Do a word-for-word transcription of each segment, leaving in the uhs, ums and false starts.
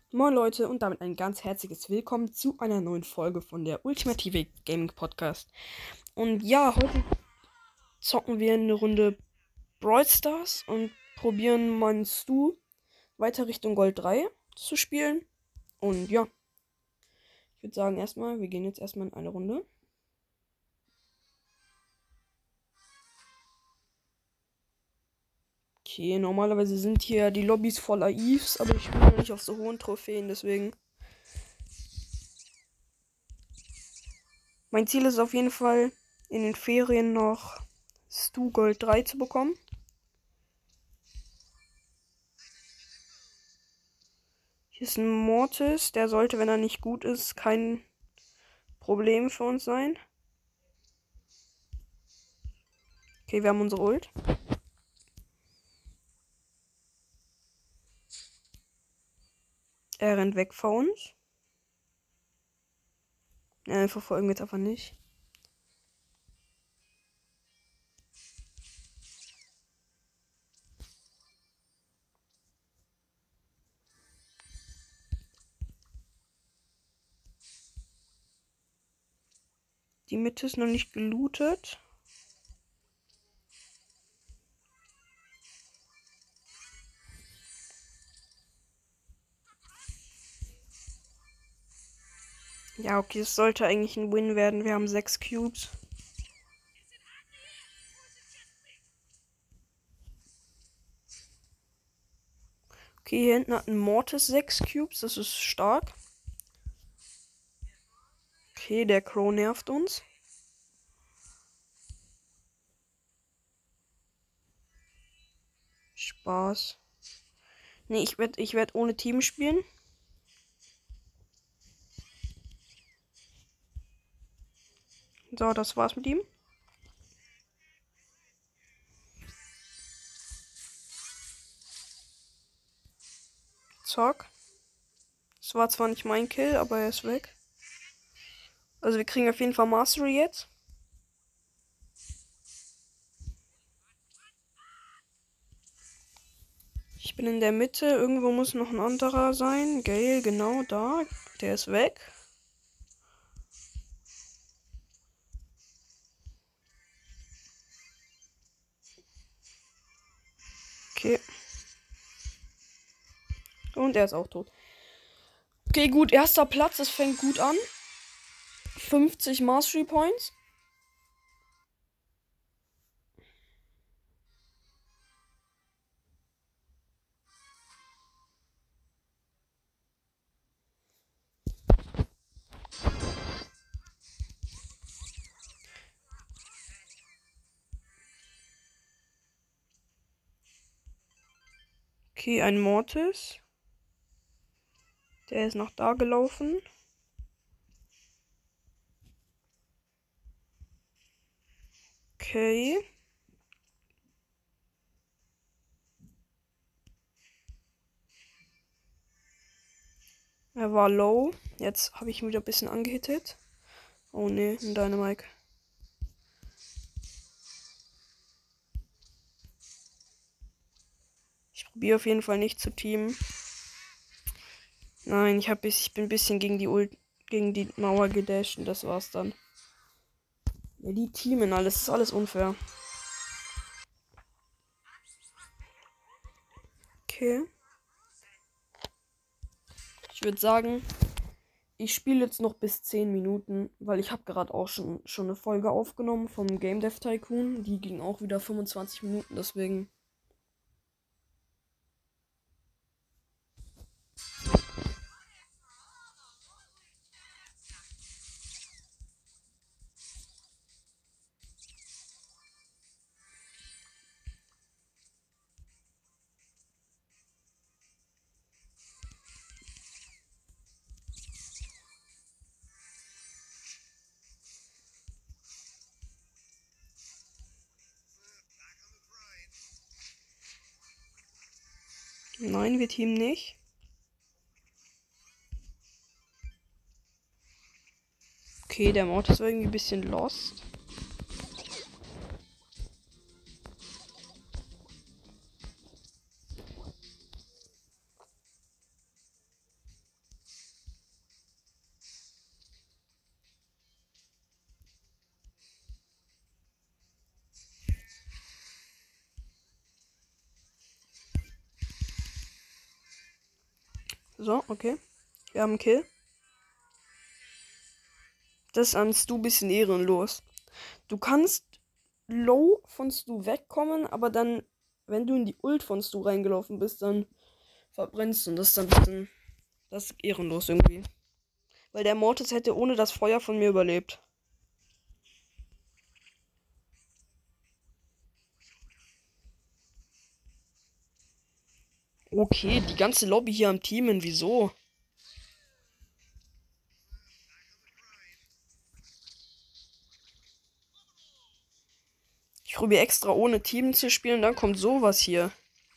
Moin Leute und damit ein ganz herzliches Willkommen zu einer neuen Folge von der Ultimative Gaming Podcast. Und ja, heute zocken wir eine Runde Brawl Stars und probieren meinen Stu weiter Richtung Gold drei zu spielen. Und ja, ich würde sagen erstmal, wir gehen jetzt erstmal in eine Runde. Okay, normalerweise sind hier die Lobbys voller Eves, aber ich spiele noch nicht auf so hohen Trophäen, deswegen. Mein Ziel ist auf jeden Fall, in den Ferien noch Stu Gold drei zu bekommen. Hier ist ein Mortis, der sollte, wenn er nicht gut ist, kein Problem für uns sein. Okay, wir haben unsere Ult. Er rennt weg vor uns. Ja, verfolgen wir jetzt einfach nicht. Die Mitte ist noch nicht gelootet. Ja, okay, es sollte eigentlich ein Win werden. Wir haben sechs Cubes. Okay, hier hinten hat ein Mortis sechs Cubes. Das ist stark. Okay, der Crow nervt uns. Spaß. Nee, ich werde ich werd ohne Team spielen. So, das war's mit ihm. Zack. Es war zwar nicht mein Kill, aber er ist weg. Also wir kriegen auf jeden Fall Mastery jetzt. Ich bin in der Mitte. Irgendwo muss noch ein anderer sein. Gale, genau da. Der ist weg. Okay. Und er ist auch tot. Okay, gut. Erster Platz. Es fängt gut an. fünfzig Mastery Points. Okay, ein Mortis. Der ist noch da gelaufen. Okay. Er war low. Jetzt habe ich ihn wieder ein bisschen angehittet. Oh ne, ein Dynamike. Ich probiere auf jeden Fall nicht zu teamen. Nein, ich, hab, ich bin ein bisschen gegen die Ult, gegen die Mauer gedasht und das war's dann. Ja, die teamen alles. Das ist alles unfair. Okay. Ich würde sagen, ich spiele jetzt noch bis zehn Minuten, weil ich habe gerade auch schon, schon eine Folge aufgenommen vom Game Dev Tycoon. Die ging auch wieder fünfundzwanzig Minuten, deswegen. Nein, wir teamen nicht. Okay, der Mortis war irgendwie ein bisschen lost. So, okay. Wir haben einen Kill. Das ist an Stu ein bisschen ehrenlos. Du kannst low von Stu wegkommen, aber dann, wenn du in die Ult von Stu reingelaufen bist, dann verbrennst du. Und das ist dann ein bisschen, das ist ehrenlos irgendwie. Weil der Mortis hätte ohne das Feuer von mir überlebt. Okay, die ganze Lobby hier am Teamen, wieso? Ich probiere extra ohne Team zu spielen, dann kommt sowas hier.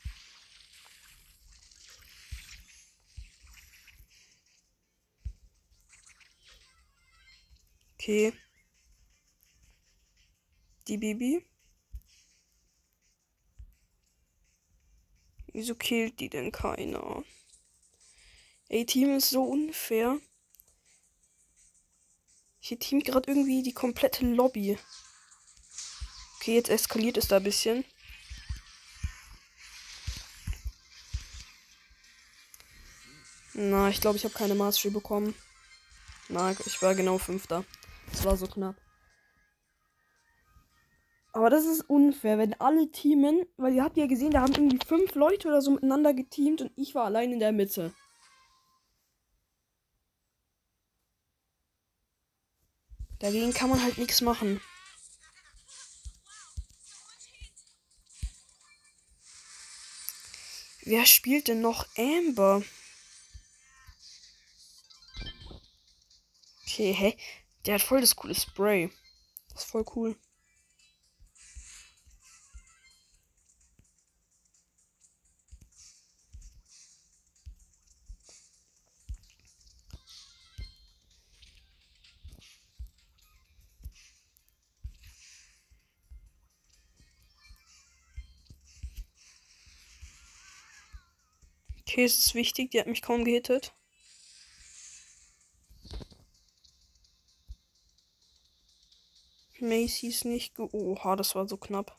Okay. Die Bibi. Wieso killt die denn keiner? Ey, Team ist so unfair. Hier teamt gerade irgendwie die komplette Lobby. Okay, jetzt eskaliert es da ein bisschen. Na, ich glaube, ich habe keine Mastery bekommen. Na, ich war genau Fünfter. Das war so knapp. Aber das ist unfair, wenn alle teamen, weil ihr habt ja gesehen, da haben irgendwie fünf Leute oder so miteinander geteamt und ich war allein in der Mitte. Dagegen kann man halt nichts machen. Wer spielt denn noch Amber? Okay, hä? Der hat voll das coole Spray. Das ist voll cool. Okay, es ist wichtig, die hat mich kaum gehittet. Macy ist nicht ge... Oha, das war so knapp.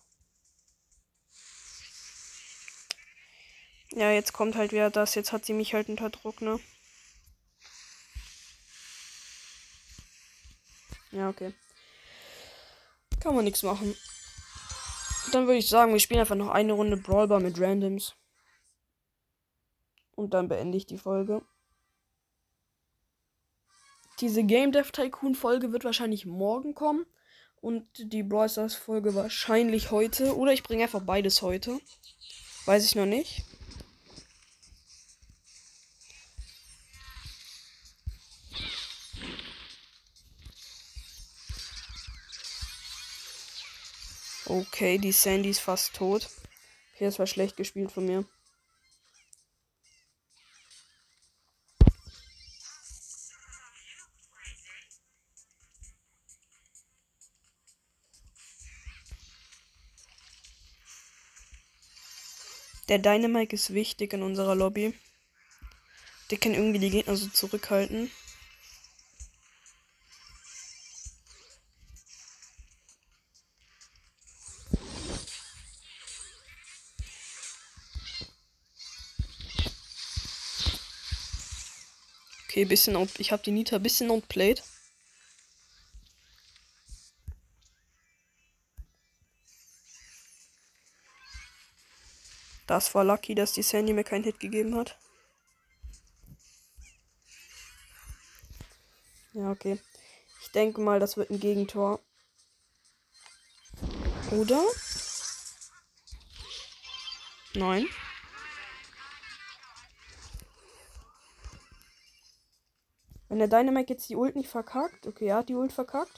Ja, jetzt kommt halt wieder das. Jetzt hat sie mich halt unter Druck, ne? Ja, okay. Kann man nichts machen. Dann würde ich sagen, wir spielen einfach noch eine Runde Brawlbar mit Randoms. Und dann beende ich die Folge. Diese Game Dev Tycoon Folge wird wahrscheinlich morgen kommen. Und die Brawl Stars Folge wahrscheinlich heute. Oder ich bringe einfach beides heute. Weiß ich noch nicht. Okay, die Sandy ist fast tot. Okay, das war schlecht gespielt von mir. Der Dynamite ist wichtig in unserer Lobby. Der kann irgendwie die Gegner so zurückhalten. Okay, bisschen out. Ich habe die Nita ein bisschen outplayed. Das war lucky, dass die Sandy mir keinen Hit gegeben hat. Ja, okay. Ich denke mal, das wird ein Gegentor. Oder? Nein. Wenn der Dynamite jetzt die Ult nicht verkackt. Okay, er hat die Ult verkackt.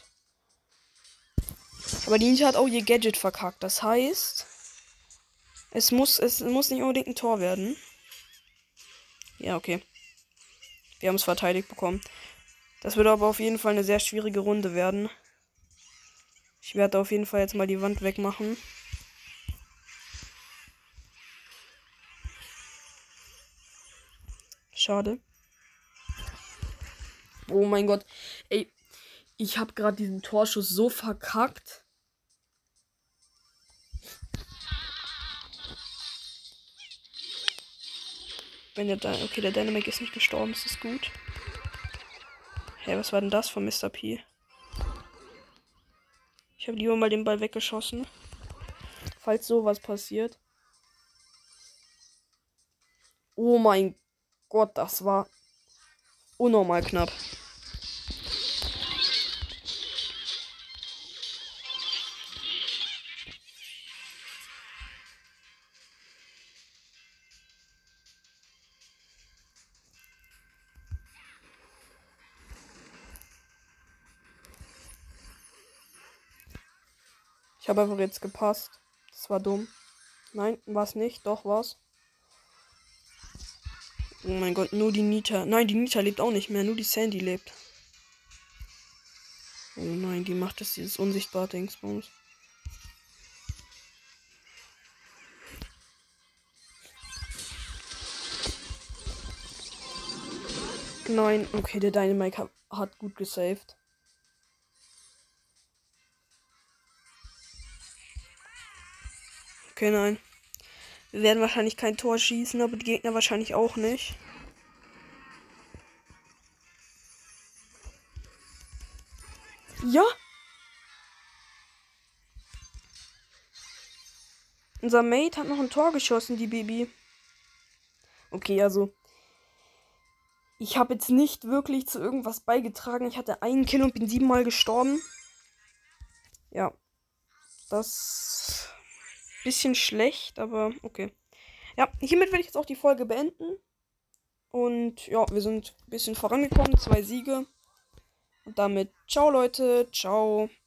Aber die Ninja hat auch ihr Gadget verkackt. Das heißt, es muss, es muss nicht unbedingt ein Tor werden. Ja, okay. Wir haben es verteidigt bekommen. Das wird aber auf jeden Fall eine sehr schwierige Runde werden. Ich werde auf jeden Fall jetzt mal die Wand wegmachen. Schade. Oh mein Gott. Ey, ich habe gerade diesen Torschuss so verkackt. Wenn der Dy- okay, der Dynamite ist nicht gestorben, ist das gut. Hä, hey, was war denn das von Mister P? Ich habe lieber mal den Ball weggeschossen. Falls sowas passiert. Oh mein Gott, das war unnormal knapp. Ich habe einfach jetzt gepasst. Das war dumm. Nein, war es nicht. Doch, war's. Oh mein Gott, nur die Nita. Nein, die Nita lebt auch nicht mehr. Nur die Sandy lebt. Oh nein, die macht das dieses unsichtbare Dingsbums. Nein, okay, der Dynamite hat, hat gut gesaved. Okay, nein. Wir werden wahrscheinlich kein Tor schießen, aber die Gegner wahrscheinlich auch nicht. Ja! Unser Mate hat noch ein Tor geschossen, die Bibi. Okay, also. Ich habe jetzt nicht wirklich zu irgendwas beigetragen. Ich hatte einen Kill und bin siebenmal gestorben. Ja. Das. Bisschen schlecht, aber okay. Ja, hiermit werde ich jetzt auch die Folge beenden. Und ja, wir sind ein bisschen vorangekommen. Zwei Siege. Und damit ciao Leute. Ciao.